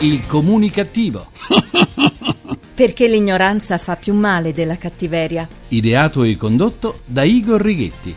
Il comunicativo. Perché l'ignoranza fa più male della cattiveria. Ideato e condotto da Igor Righetti.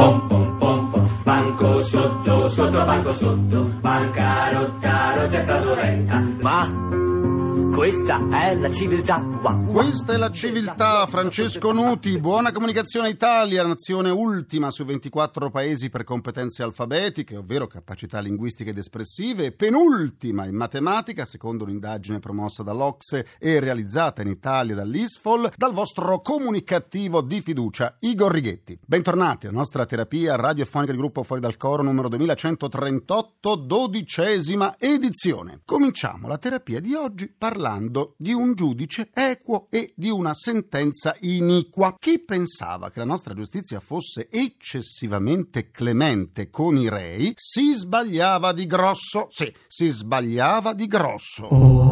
Banco sotto, sotto banco sotto, bancarotta, rotta e fraudolenta. Ma questa è la civiltà. Questa è la civiltà. Francesco Nuti. Buona Comunicazione Italia, nazione ultima su 24 paesi per competenze alfabetiche, ovvero capacità linguistiche ed espressive, e penultima in matematica, secondo un'indagine promossa dall'OCSE e realizzata in Italia dall'ISFOL, dal vostro comunicativo di fiducia, Igor Righetti. Bentornati alla nostra terapia radiofonica di gruppo Fuori dal Coro numero 2138, 12ª edizione. Cominciamo la terapia di oggi parlando di un giudice equo e di una sentenza iniqua. Chi pensava che la nostra giustizia fosse eccessivamente clemente con i rei si sbagliava di grosso. Sì, si sbagliava di grosso.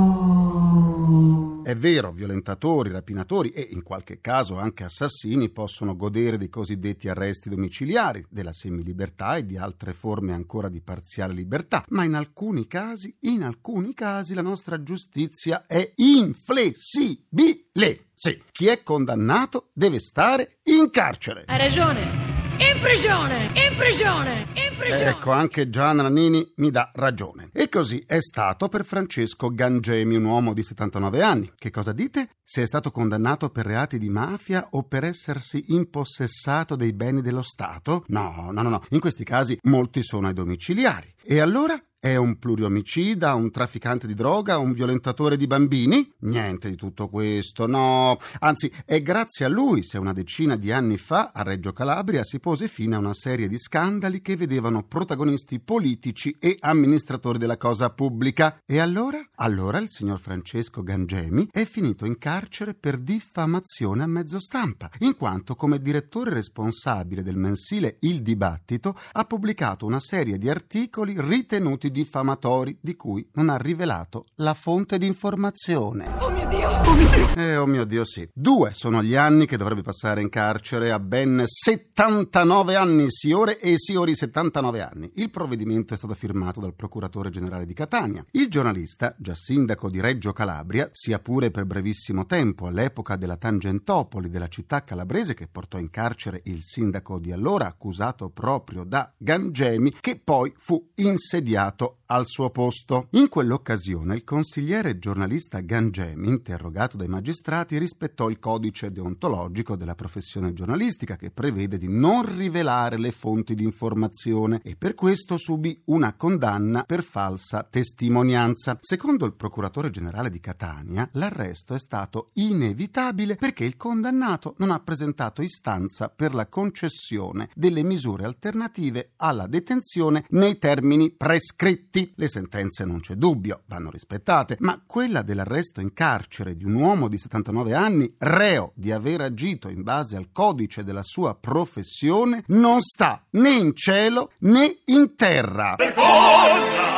È vero, violentatori, rapinatori e in qualche caso anche assassini possono godere dei cosiddetti arresti domiciliari, della semilibertà e di altre forme ancora di parziale libertà, ma in alcuni casi la nostra giustizia è inflessibile. Sì, chi è condannato deve stare in carcere. Hai ragione. In prigione, in prigione, in prigione. Ecco, anche Gianna Nannini mi dà ragione. E così è stato per Francesco Gangemi, un uomo di 79 anni. Che cosa dite? Se è stato condannato per reati di mafia o per essersi impossessato dei beni dello Stato? No. In questi casi molti sono ai domiciliari. E allora? È un pluriomicida, un trafficante di droga, un violentatore di bambini? Niente di tutto questo, no. Anzi, è grazie a lui se una decina di anni fa a Reggio Calabria si pose fine a una serie di scandali che vedevano protagonisti politici e amministratori della cosa pubblica. E allora? Allora il signor Francesco Gangemi è finito in carcere per diffamazione a mezzo stampa, in quanto come direttore responsabile del mensile Il Dibattito ha pubblicato una serie di articoli ritenuti diffamatori di cui non ha rivelato la fonte di informazione. Oh mio Dio! Oh mio Dio, sì. 2 sono gli anni che dovrebbe passare in carcere, a ben 79 anni, signore e signori, 79 anni. Il provvedimento è stato firmato dal procuratore generale di Catania. Il giornalista, già sindaco di Reggio Calabria, sia pure per brevissimo tempo, all'epoca della Tangentopoli della città calabrese che portò in carcere il sindaco di allora, accusato proprio da Gangemi, che poi fu insediato al suo posto. In quell'occasione il consigliere giornalista Gangemi, interrogato dai magistrati, rispettò il codice deontologico della professione giornalistica che prevede di non rivelare le fonti di informazione e per questo subì una condanna per falsa testimonianza. Secondo il procuratore generale di Catania, l'arresto è stato inevitabile perché il condannato non ha presentato istanza per la concessione delle misure alternative alla detenzione nei termini prescritti. Le sentenze non c'è dubbio, vanno rispettate, ma quella dell'arresto in carcere di un uomo di 79 anni, reo di aver agito in base al codice della sua professione, non sta né in cielo né in terra. Vergogna!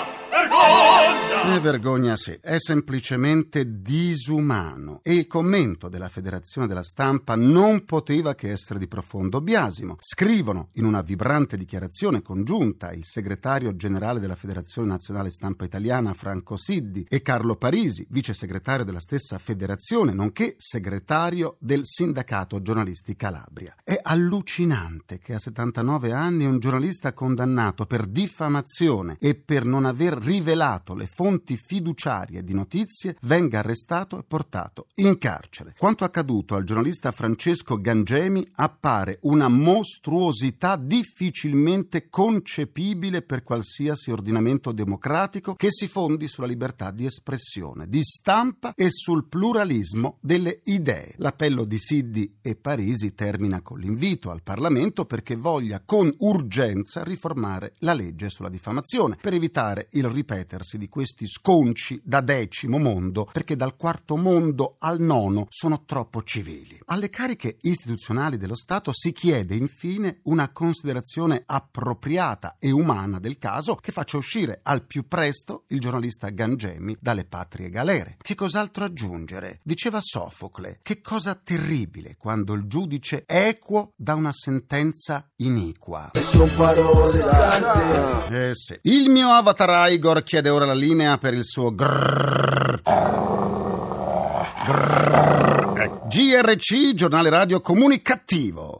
Vergogna sì, è semplicemente disumano e il commento della Federazione della Stampa non poteva che essere di profondo biasimo. Scrivono in una vibrante dichiarazione congiunta il segretario generale della Federazione Nazionale Stampa Italiana Franco Siddi e Carlo Parisi, vice segretario della stessa federazione, nonché segretario del Sindacato Giornalisti Calabria. È allucinante che a 79 anni un giornalista condannato per diffamazione e per non aver rivelato le fonti fiduciarie di notizie venga arrestato e portato in carcere. Quanto accaduto al giornalista Francesco Gangemi appare una mostruosità difficilmente concepibile per qualsiasi ordinamento democratico che si fondi sulla libertà di espressione, di stampa e sul pluralismo delle idee. L'appello di Siddi e Parisi termina con l'invito al Parlamento perché voglia con urgenza riformare la legge sulla diffamazione per evitare il ripetersi di questi sconci da 10° mondo, perché dal 4° mondo al 9° sono troppo civili. Alle cariche istituzionali dello Stato si chiede infine una considerazione appropriata e umana del caso che faccia uscire al più presto il giornalista Gangemi dalle patrie galere. Che cos'altro aggiungere? Diceva Sofocle, che cosa terribile quando il giudice equo dà una sentenza iniqua. Sono parole sante. Sì. Il mio avatar Igor chiede ora la linea per il suo grrrr. GRC, giornale radio comunicativo.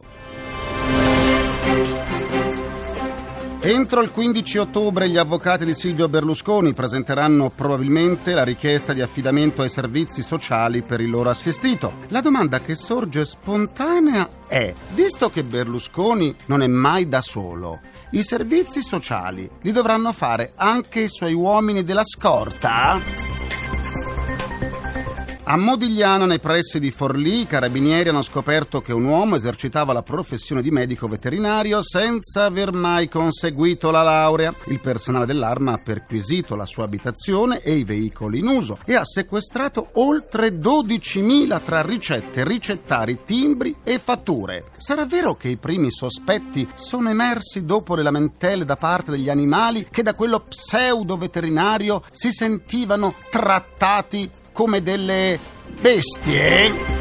Entro il 15 ottobre gli avvocati di Silvio Berlusconi presenteranno probabilmente la richiesta di affidamento ai servizi sociali per il loro assistito. La domanda che sorge spontanea è: visto che Berlusconi non è mai da solo, i servizi sociali li dovranno fare anche i suoi uomini della scorta? A Modigliano, nei pressi di Forlì, i carabinieri hanno scoperto che un uomo esercitava la professione di medico veterinario senza aver mai conseguito la laurea. Il personale dell'Arma ha perquisito la sua abitazione e i veicoli in uso e ha sequestrato oltre 12.000 tra ricette, ricettari, timbri e fatture. Sarà vero che i primi sospetti sono emersi dopo le lamentele da parte degli animali che da quello pseudo veterinario si sentivano trattati come delle bestie?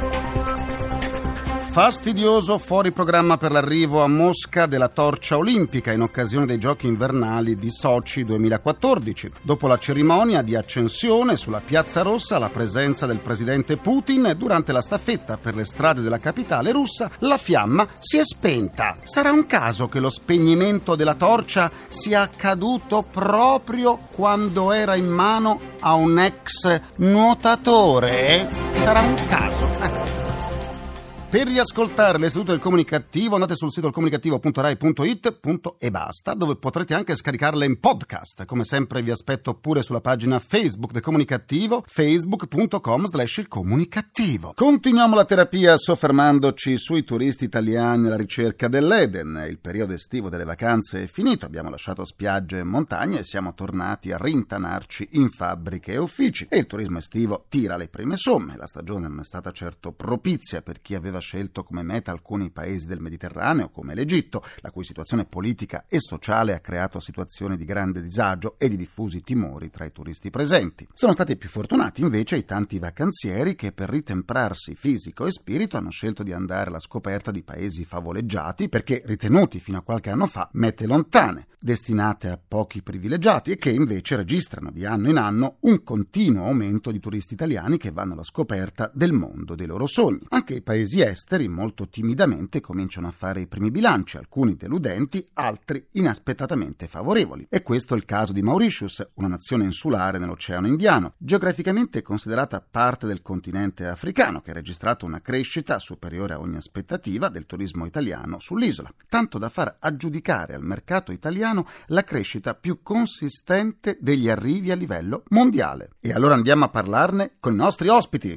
Fastidioso fuori programma per l'arrivo a Mosca della torcia olimpica in occasione dei Giochi invernali di Sochi 2014. Dopo la cerimonia di accensione sulla Piazza Rossa, la presenza del presidente Putin, durante la staffetta per le strade della capitale russa, la fiamma si è spenta. Sarà un caso che lo spegnimento della torcia sia accaduto proprio quando era in mano a un ex nuotatore? Sarà un caso. Per riascoltare l'Istituto del Comunicativo andate sul sito ilcomunicativo.rai.it e basta, dove potrete anche scaricarle in podcast. Come sempre vi aspetto pure sulla pagina Facebook del Comunicativo, facebook.com/ilcomunicativo. Continuiamo la terapia soffermandoci sui turisti italiani alla ricerca dell'Eden. Il periodo estivo delle vacanze è finito, abbiamo lasciato spiagge e montagne e siamo tornati a rintanarci in fabbriche e uffici. E il turismo estivo tira le prime somme. La stagione non è stata certo propizia per chi aveva scelto come meta alcuni paesi del Mediterraneo come l'Egitto, la cui situazione politica e sociale ha creato situazioni di grande disagio e di diffusi timori tra i turisti presenti. Sono stati più fortunati invece i tanti vacanzieri che per ritemprarsi fisico e spirito hanno scelto di andare alla scoperta di paesi favoleggiati perché ritenuti fino a qualche anno fa mete lontane, destinate a pochi privilegiati e che invece registrano di anno in anno un continuo aumento di turisti italiani che vanno alla scoperta del mondo dei loro sogni. Anche i paesi esteri molto timidamente cominciano a fare i primi bilanci, alcuni deludenti, altri inaspettatamente favorevoli. E questo è il caso di Mauritius, una nazione insulare nell'Oceano Indiano, geograficamente considerata parte del continente africano, che ha registrato una crescita superiore a ogni aspettativa del turismo italiano sull'isola, tanto da far aggiudicare al mercato italiano la crescita più consistente degli arrivi a livello mondiale. E allora andiamo a parlarne con i nostri ospiti.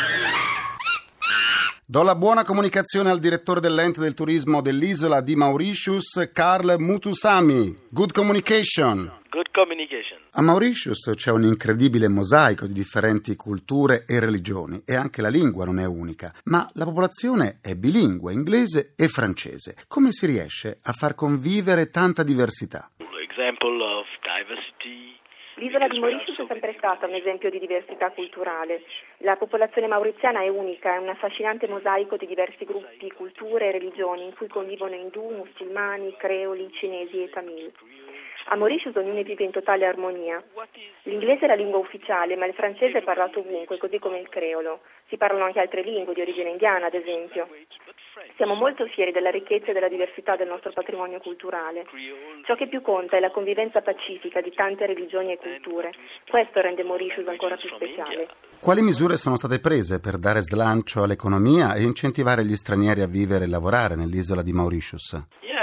Do la buona comunicazione al direttore dell'ente del turismo dell'isola di Mauritius, Carl Mutusami. Good communication. Good communication. A Mauritius c'è un incredibile mosaico di differenti culture e religioni e anche la lingua non è unica, ma la popolazione è bilingue, inglese e francese. Come si riesce a far convivere tanta diversità? Example of diversity. L'isola di Mauritius è sempre stata un esempio di diversità culturale. La popolazione mauriziana è unica, è un affascinante mosaico di diversi gruppi, culture e religioni in cui convivono indù, musulmani, creoli, cinesi e tamil. A Mauritius ognuno vive in totale armonia. L'inglese è la lingua ufficiale, ma il francese è parlato ovunque, così come il creolo. Si parlano anche altre lingue di origine indiana, ad esempio. Siamo molto fieri della ricchezza e della diversità del nostro patrimonio culturale. Ciò che più conta è la convivenza pacifica di tante religioni e culture. Questo rende Mauritius ancora più speciale. Quali misure sono state prese per dare slancio all'economia e incentivare gli stranieri a vivere e lavorare nell'isola di Mauritius?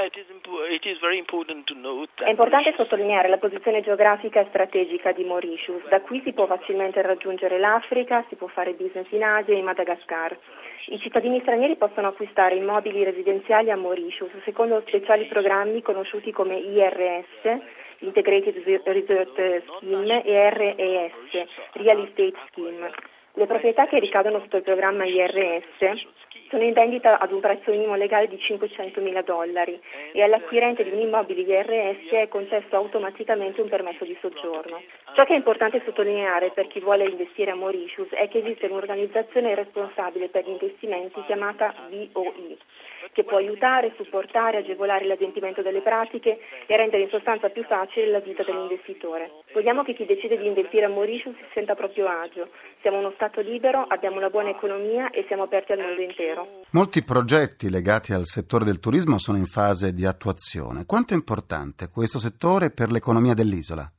È importante sottolineare la posizione geografica e strategica di Mauritius. Da qui si può facilmente raggiungere l'Africa, si può fare business in Asia e in Madagascar. I cittadini stranieri possono acquistare immobili residenziali a Mauritius secondo speciali programmi conosciuti come IRS, Integrated Resort Scheme, e RES, Real Estate Scheme. Le proprietà che ricadono sotto il programma IRS sono in vendita ad un prezzo minimo legale di $500.000 e all'acquirente di un immobile IRS è concesso automaticamente un permesso di soggiorno. Ciò che è importante sottolineare per chi vuole investire a Mauritius è che esiste un'organizzazione responsabile per gli investimenti chiamata VOI, che può aiutare, supportare, agevolare l'adempimento delle pratiche e rendere in sostanza più facile la vita dell'investitore. Vogliamo che chi decide di investire a Mauritius si senta a proprio agio. Siamo uno Stato libero, abbiamo una buona economia e siamo aperti al mondo intero. Molti progetti legati al settore del turismo sono in fase di attuazione. Quanto è importante questo settore per l'economia dell'isola?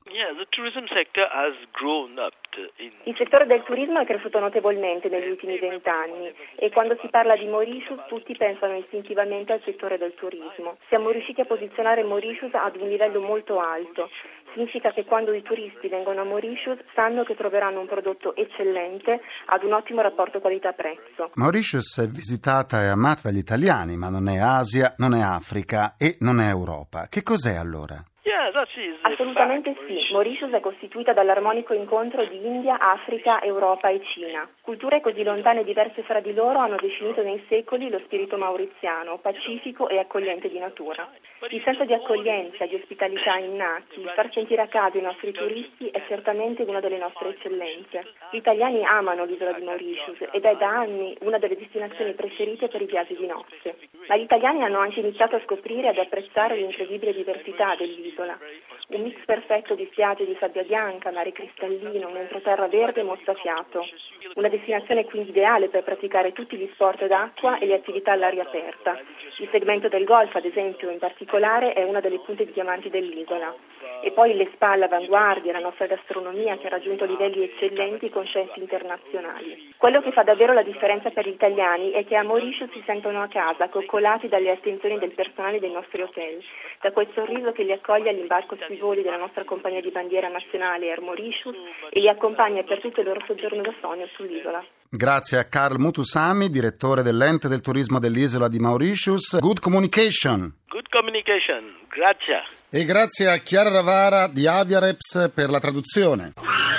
Il settore del turismo è cresciuto notevolmente negli ultimi 20 anni e quando si parla di Mauritius tutti pensano istintivamente al settore del turismo. Siamo riusciti a posizionare Mauritius ad un livello molto alto. Significa che quando i turisti vengono a Mauritius sanno che troveranno un prodotto eccellente ad un ottimo rapporto qualità-prezzo. Mauritius è visitata e amata dagli italiani, ma non è Asia, non è Africa e non è Europa. Che cos'è allora? Assolutamente sì. Mauritius è costituita dall'armonico incontro di India, Africa, Europa e Cina. Culture così lontane e diverse fra di loro hanno definito nei secoli lo spirito mauriziano, pacifico e accogliente di natura. Il senso di accoglienza e di ospitalità innati, far sentire a casa i nostri turisti è certamente una delle nostre eccellenze. Gli italiani amano l'isola di Mauritius ed è da anni una delle destinazioni preferite per i viaggi di nozze. Ma gli italiani hanno anche iniziato a scoprire ed apprezzare l'incredibile diversità dell'isola. Un mix perfetto di spiagge di sabbia bianca, mare cristallino, un entroterra verde e mozzafiato. Una destinazione quindi ideale per praticare tutti gli sport d'acqua e le attività all'aria aperta. Il segmento del golf, ad esempio, in particolare, è una delle punte di diamanti dell'isola. E poi le spa all'avanguardia, la nostra gastronomia che ha raggiunto livelli eccellenti con chef internazionali. Quello che fa davvero la differenza per gli italiani è che a Mauritius si sentono a casa, coccolati dalle attenzioni del personale dei nostri hotel, da quel sorriso che li accoglie all'imbarco sui voli della nostra compagnia di bandiera nazionale Air Mauritius e li accompagna per tutto il loro soggiorno da sogno sull'isola. Grazie a Carl Muthusamy, direttore dell'ente del turismo dell'isola di Mauritius. Good communication. Good communication, grazie. E grazie a Chiara Ravara di Aviareps per la traduzione.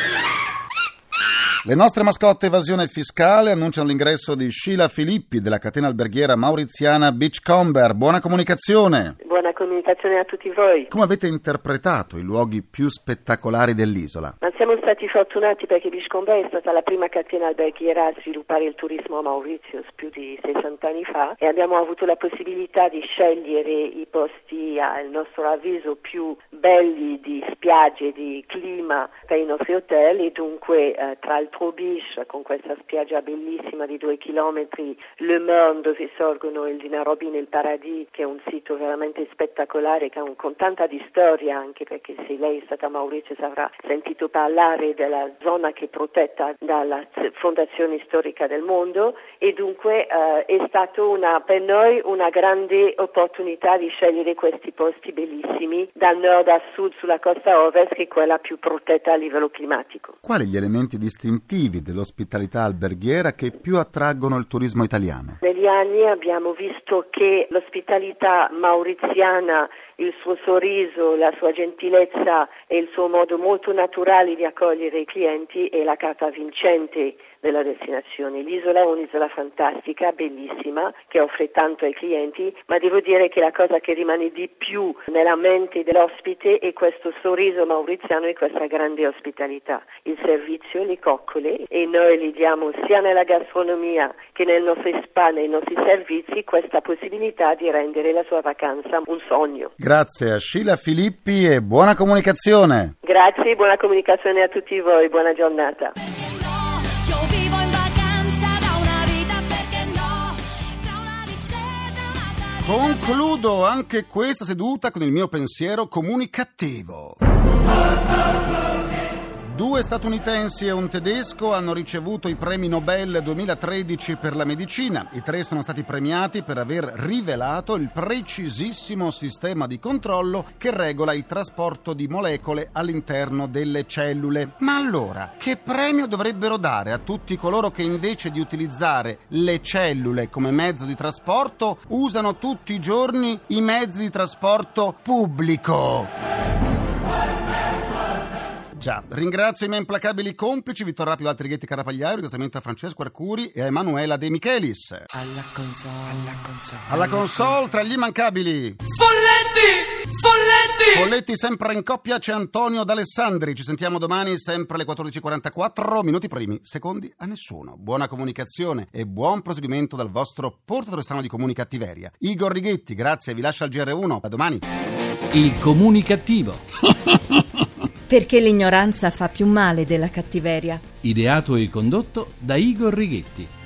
Le nostre mascotte evasione fiscale annunciano l'ingresso di Sheila Filippi della catena alberghiera mauriziana Beachcomber. Buona comunicazione. Buona comunicazione a tutti voi. Come avete interpretato i luoghi più spettacolari dell'isola? Ma siamo stati fortunati perché Beachcomber è stata la prima catena alberghiera a sviluppare il turismo a Mauritius più di 60 anni fa e abbiamo avuto la possibilità di scegliere i posti al nostro avviso più belli di spiagge, di clima per i nostri hotel e dunque tra il Beach con questa spiaggia bellissima di 2 chilometri, Le Morne dove sorgono il Dinarobin e il Paradis che è un sito veramente spettacolare con tanta di storia anche perché se lei è stata a Mauritius avrà sentito parlare della zona che è protetta dalla fondazione storica del mondo e dunque è stato per noi una grande opportunità di scegliere questi posti bellissimi dal nord a sud sulla costa ovest che è quella più protetta a livello climatico. Quali gli elementi distintivi dell'ospitalità alberghiera che più attraggono il turismo italiano? Negli anni abbiamo visto che l'ospitalità mauriziana, il suo sorriso, la sua gentilezza e il suo modo molto naturale di accogliere i clienti è la carta vincente della destinazione. L'isola è un'isola fantastica, bellissima, che offre tanto ai clienti, ma devo dire che la cosa che rimane di più nella mente dell'ospite è questo sorriso mauriziano e questa grande ospitalità. Il servizio, le coccole, e noi gli diamo sia nella gastronomia che nelle nostre spa, nei nostri servizi, questa possibilità di rendere la sua vacanza un sogno. Grazie a Sheila Filippi e buona comunicazione. Grazie, buona comunicazione a tutti voi, buona giornata. Concludo anche questa seduta con il mio pensiero comunicativo. 2 statunitensi e un tedesco hanno ricevuto i premi Nobel 2013 per la medicina. I 3 sono stati premiati per aver rivelato il precisissimo sistema di controllo che regola il trasporto di molecole all'interno delle cellule. Ma allora, che premio dovrebbero dare a tutti coloro che invece di utilizzare le cellule come mezzo di trasporto usano tutti i giorni i mezzi di trasporto pubblico? Già, ringrazio i miei implacabili complici Vittorio Rapi, Walter Righetti, Carapagliaio, ringraziamento a Francesco Arcuri e a Emanuela De Michelis. Alla console, tra gli immancabili Folletti! Folletti sempre in coppia, c'è Antonio D'Alessandri. Ci sentiamo domani sempre alle 14.44, minuti primi, secondi a nessuno. Buona comunicazione e buon proseguimento dal vostro portatore strano di Comunicattiveria, Igor Righetti. Grazie, vi lascio al GR1. A domani. Il Comunicattivo. Perché l'ignoranza fa più male della cattiveria. Ideato e condotto da Igor Righetti.